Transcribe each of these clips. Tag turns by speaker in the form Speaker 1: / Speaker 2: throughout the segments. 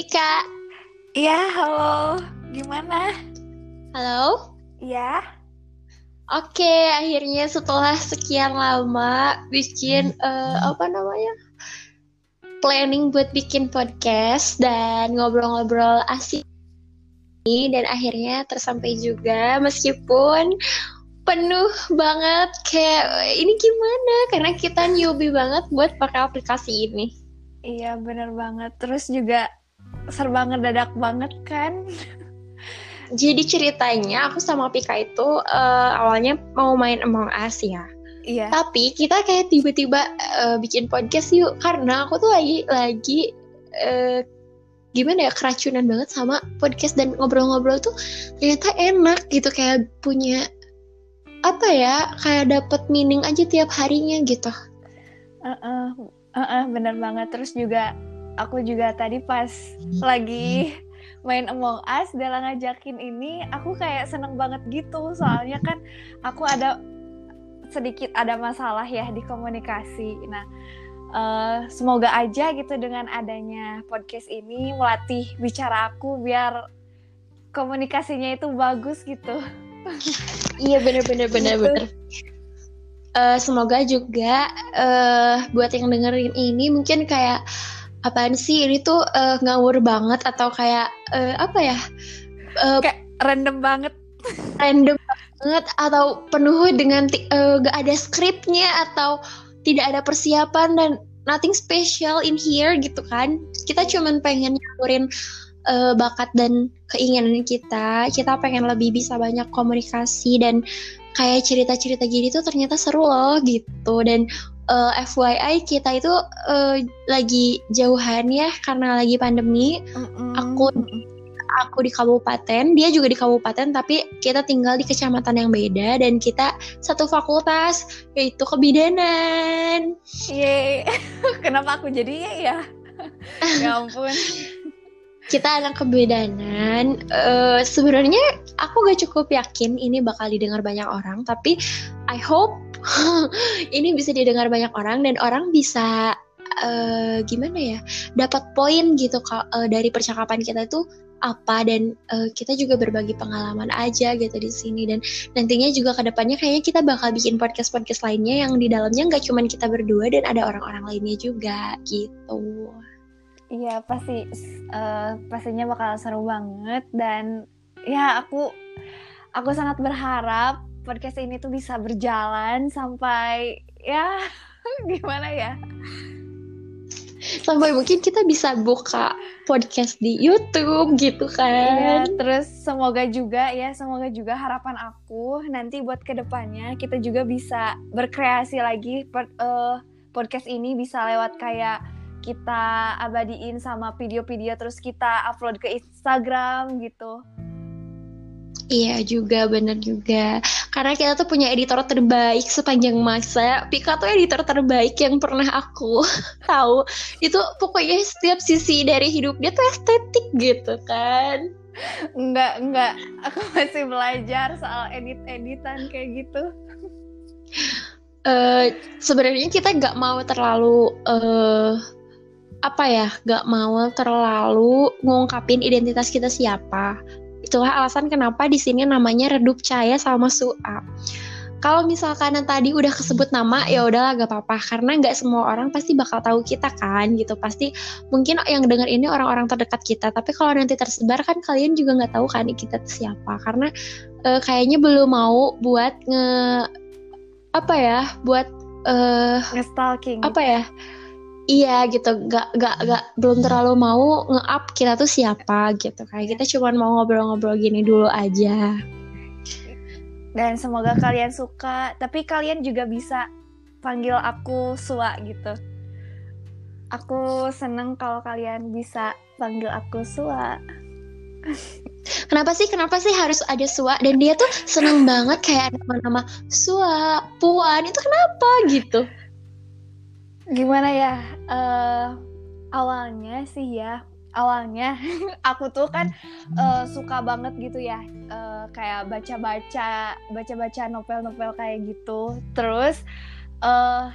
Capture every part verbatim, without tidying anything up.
Speaker 1: Pika.
Speaker 2: Iya, halo. Gimana?
Speaker 1: Halo.
Speaker 2: Iya.
Speaker 1: Oke, akhirnya setelah sekian lama bikin uh, apa namanya planning buat bikin podcast dan ngobrol-ngobrol asik ini, dan akhirnya tersampai juga meskipun penuh banget kayak ini gimana karena kita newbie banget buat pakai aplikasi ini.
Speaker 2: Iya, bener banget. Terus juga serba ngedadak banget kan?
Speaker 1: Jadi ceritanya aku sama Pika itu uh, awalnya mau main Among Us ya.
Speaker 2: Iya.
Speaker 1: Tapi kita kayak tiba-tiba uh, bikin podcast yuk, karena aku tuh lagi lagi uh, gimana ya, keracunan banget sama podcast dan ngobrol-ngobrol tuh ternyata enak gitu, kayak punya apa ya, kayak dapet meaning aja tiap harinya gitu.
Speaker 2: Uh-uh, uh-uh, bener banget. Terus juga aku juga tadi pas lagi main Among Us, Dela ngajakin ini, aku kayak seneng banget gitu. Soalnya kan aku ada sedikit ada masalah ya di komunikasi. Nah, uh, semoga aja gitu dengan adanya podcast ini melatih bicara aku biar komunikasinya itu bagus gitu.
Speaker 1: Iya, bener-bener bener-bener. Uh, semoga juga uh, buat yang dengerin ini mungkin kayak apaan sih ini tuh uh, ngawur banget atau kayak uh, apa ya uh,
Speaker 2: kayak random banget
Speaker 1: random banget atau penuh dengan uh, gak ada skripnya atau tidak ada persiapan dan nothing special in here gitu kan. Kita cuman pengen nyalurin uh, bakat dan keinginan kita. Kita pengen lebih bisa banyak komunikasi dan kayak cerita-cerita gini tuh ternyata seru loh gitu. Dan uh, F Y I kita itu uh, lagi jauhan ya karena lagi pandemi. Mm-mm. Aku aku di kabupaten, dia juga di kabupaten, tapi kita tinggal di kecamatan yang beda dan kita satu fakultas, yaitu kebidanan.
Speaker 2: Yeay. Kenapa aku jadi ya ya? Ya ampun.
Speaker 1: Kita anak kebidanan. Uh, sebenarnya aku gak cukup yakin ini bakal didengar banyak orang, tapi I hope ini bisa didengar banyak orang dan orang bisa uh, gimana ya, dapat poin gitu uh, dari percakapan kita tuh apa, dan uh, kita juga berbagi pengalaman aja gitu di sini. Dan nantinya juga kedepannya kayaknya kita bakal bikin podcast-podcast lainnya yang di dalamnya nggak cuma kita berdua dan ada orang-orang lainnya juga gitu.
Speaker 2: Iya, pasti uh, pastinya bakal seru banget. Dan ya aku aku sangat berharap podcast ini tuh bisa berjalan sampai ya gimana ya,
Speaker 1: sampai mungkin kita bisa buka podcast di YouTube gitu kan.
Speaker 2: Iya, terus semoga juga ya semoga juga harapan aku nanti buat kedepannya kita juga bisa berkreasi lagi. Per, uh, podcast ini bisa lewat kayak kita abadiin sama video-video terus kita upload ke Instagram gitu.
Speaker 1: Iya juga, bener juga. Karena kita tuh punya editor terbaik sepanjang masa. Pika tuh editor terbaik yang pernah aku tahu. Itu pokoknya setiap sisi dari hidup dia tuh estetik gitu kan.
Speaker 2: Enggak, enggak. Aku masih belajar soal edit-editan kayak gitu.
Speaker 1: Uh, sebenarnya kita gak mau terlalu... Uh, apa ya, gak mau terlalu ngungkapin identitas kita siapa. Itulah alasan kenapa di sini namanya Redup Cahaya sama Suap. Kalau misalkan tadi udah kesebut nama, ya udahlah gak apa-apa, karena nggak semua orang pasti bakal tahu kita kan gitu. Pasti mungkin yang denger ini orang-orang terdekat kita, tapi kalau nanti tersebar kan kalian juga nggak tahu kan kita siapa, karena uh, kayaknya belum mau buat nge apa ya, buat uh,
Speaker 2: nge-stalking
Speaker 1: apa ya. Iya gitu, gak, gak, gak, belum terlalu mau nge-up kita tuh siapa gitu. Kayak kita cuma mau ngobrol-ngobrol gini dulu aja.
Speaker 2: Dan semoga kalian suka. Tapi kalian juga bisa panggil aku Sua gitu. Aku seneng kalau kalian bisa panggil aku Sua.
Speaker 1: Kenapa sih, kenapa sih harus ada Sua? Dan dia tuh seneng banget kayak nama-nama Sua, Puan, itu kenapa gitu?
Speaker 2: Gimana ya, uh, awalnya sih ya, awalnya aku tuh kan uh, suka banget gitu ya, uh, kayak baca-baca, baca-baca novel-novel kayak gitu. Terus uh,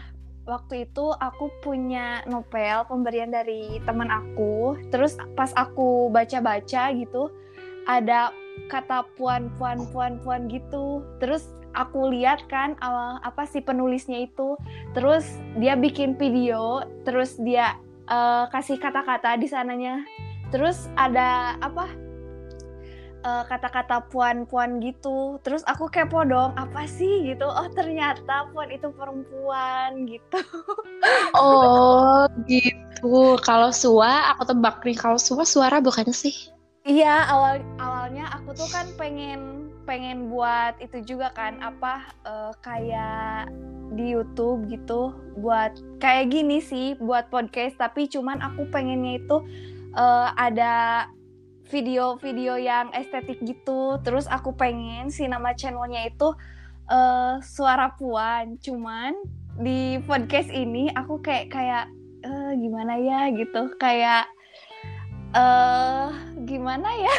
Speaker 2: waktu itu aku punya novel pemberian dari teman aku. Terus pas aku baca-baca gitu, ada kata puan puan puan puan gitu. Terus aku lihat kan awal apa sih penulisnya itu. Terus dia bikin video, terus dia uh, kasih kata-kata di sananya. Terus ada apa? Uh, kata-kata puan-puan gitu. Terus aku kepo dong, apa sih gitu. Oh, ternyata puan itu perempuan gitu.
Speaker 1: Oh, gitu. Kalau Sua, aku tebak nih, kalau Sua suara bukan sih?
Speaker 2: Iya, awal awalnya aku tuh kan pengen pengen buat itu juga kan, apa uh, kayak di YouTube gitu, buat kayak gini sih, buat podcast, tapi cuman aku pengennya itu uh, ada video-video yang estetik gitu. Terus aku pengen si nama channelnya itu uh, Suara Puan. Cuman di podcast ini aku kayak kayak uh, gimana ya gitu, kayak uh, gimana ya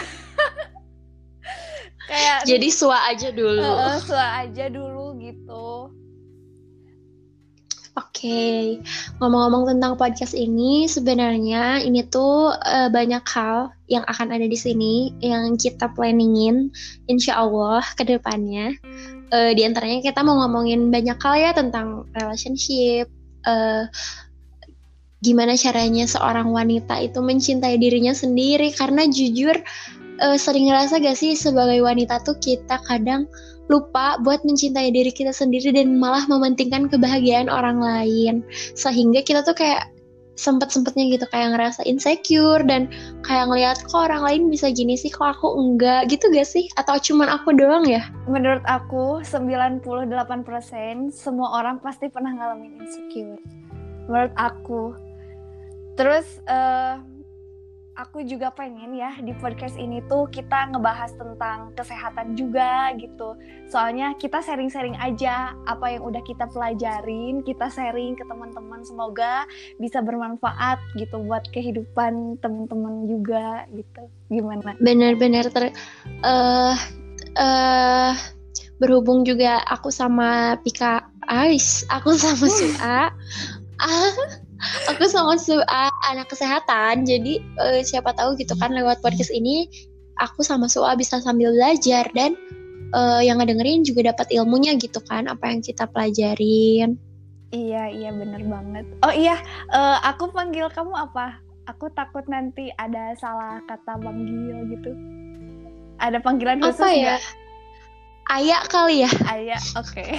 Speaker 2: kayak
Speaker 1: jadi Sua aja dulu.
Speaker 2: Uh, Sua aja dulu gitu.
Speaker 1: Oke, okay. Ngomong-ngomong tentang podcast ini, sebenarnya ini tuh uh, banyak hal yang akan ada di sini yang kita planningin, insya Allah ke depannya. Uh, di antaranya kita mau ngomongin banyak hal ya tentang relationship, uh, gimana caranya seorang wanita itu mencintai dirinya sendiri. Karena jujur, uh, sering ngerasa gak sih sebagai wanita tuh kita kadang lupa buat mencintai diri kita sendiri dan malah mementingkan kebahagiaan orang lain, sehingga kita tuh kayak sempet-sempetnya gitu kayak ngerasa insecure dan kayak ngelihat kok orang lain bisa gini sih, kok aku enggak gitu gak sih? Atau cuman aku doang ya?
Speaker 2: Menurut aku sembilan puluh delapan persen semua orang pasti pernah ngalamin insecure menurut aku. Terus uh, aku juga pengen ya di podcast ini tuh kita ngebahas tentang kesehatan juga gitu. Soalnya kita sharing-sharing aja apa yang udah kita pelajarin, kita sharing ke teman-teman, semoga bisa bermanfaat gitu buat kehidupan teman-teman juga gitu. Gimana?
Speaker 1: Bener-bener ter uh, uh, berhubung juga aku sama Pika Ais, aku sama Sua. Aku sama Sua anak kesehatan, jadi uh, siapa tahu gitu kan lewat podcast ini aku sama Sua bisa sambil belajar dan uh, yang ngedengerin juga dapat ilmunya gitu kan apa yang kita pelajarin.
Speaker 2: Iya iya bener banget. Oh iya, uh, aku panggil kamu apa? Aku takut nanti ada salah kata manggil gitu. Ada panggilan khusus
Speaker 1: apa ya?
Speaker 2: Gak?
Speaker 1: Ayah kali ya.
Speaker 2: Ayah, oke. Okay.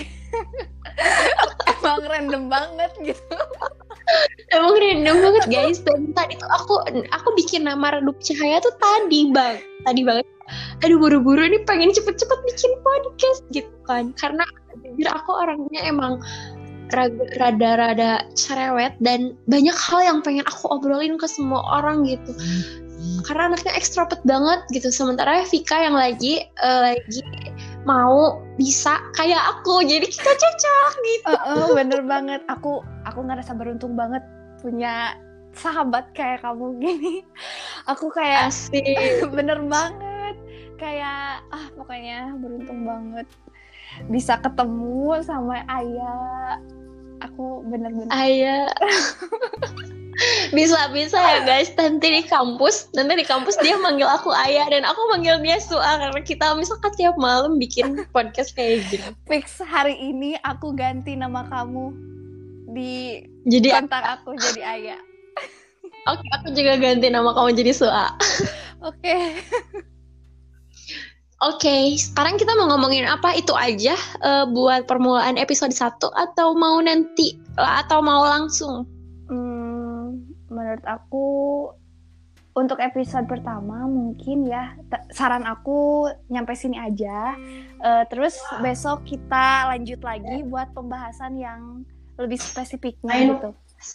Speaker 2: Emang random banget gitu.
Speaker 1: Emang random banget guys. Dan tadi tuh aku aku bikin nama Redup Cahaya tuh tadi bang, tadi banget. Aduh buru-buru nih pengen cepet-cepet bikin podcast gitu kan. Karena jujur aku orangnya emang rada-rada cerewet dan banyak hal yang pengen aku obrolin ke semua orang gitu. Karena anaknya ekstrovert banget gitu. Sementara Vika yang lagi uh, lagi mau bisa kayak aku, jadi kita cocok gitu.
Speaker 2: Uh, uh, bener banget. Aku aku ngerasa beruntung banget punya sahabat kayak kamu gini. Aku kayak
Speaker 1: asik.
Speaker 2: Bener banget. Kayak ah pokoknya beruntung banget bisa ketemu sama Ayah. Aku bener-bener
Speaker 1: Ayah. Bisa-bisa ya guys, nanti di kampus nanti di kampus dia manggil aku Ayah dan aku manggil dia Sua karena kita misalkan tiap malam bikin podcast kayak gini.
Speaker 2: Fix hari ini aku ganti nama kamu di
Speaker 1: jadi
Speaker 2: kontak aku jadi Ayah.
Speaker 1: Oke, okay, aku juga ganti nama kamu jadi Sua.
Speaker 2: Oke. Okay.
Speaker 1: Oke, okay, sekarang kita mau ngomongin apa itu aja uh, buat permulaan episode satu atau mau nanti atau mau langsung?
Speaker 2: Hmm, menurut aku untuk episode pertama mungkin ya t- saran aku nyampe sini aja. Uh, terus besok kita lanjut lagi buat pembahasan yang lebih spesifiknya gitu.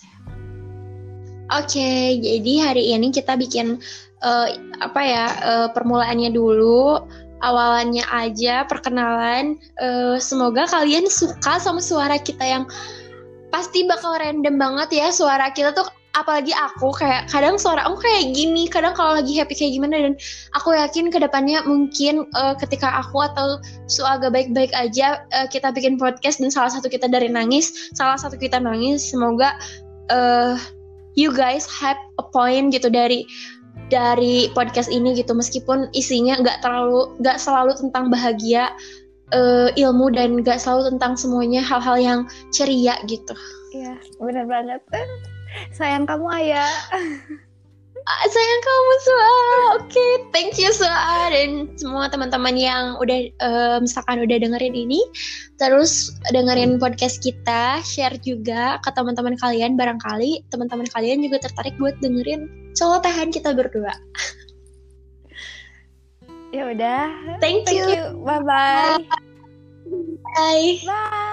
Speaker 1: Oke, okay, jadi hari ini kita bikin uh, apa ya uh, permulaannya dulu. Awalannya aja perkenalan. Uh, semoga kalian suka sama suara kita yang pasti bakal random banget ya. Suara kita tuh apalagi aku kayak kadang suara aku kayak gini, kadang kalau lagi happy kayak gimana, dan aku yakin kedepannya mungkin uh, ketika aku atau Suaga baik-baik aja, uh, kita bikin podcast dan salah satu kita dari nangis, salah satu kita nangis, semoga uh, you guys have a point gitu dari dari podcast ini gitu, meskipun isinya nggak terlalu nggak selalu tentang bahagia, uh, ilmu, dan nggak selalu tentang semuanya hal-hal yang ceria gitu.
Speaker 2: Iya, benar banget. Sayang kamu Ayah.
Speaker 1: Ah, sayang kamu Sua. Oke, okay, thank you Sua dan semua teman-teman yang udah uh, misalkan udah dengerin ini, terus dengerin podcast kita, share juga ke teman-teman kalian, barangkali teman-teman kalian juga tertarik buat dengerin celotehan kita berdua.
Speaker 2: Ya udah.
Speaker 1: Thank,
Speaker 2: thank
Speaker 1: you.
Speaker 2: you. Bye bye.
Speaker 1: Bye.
Speaker 2: Bye.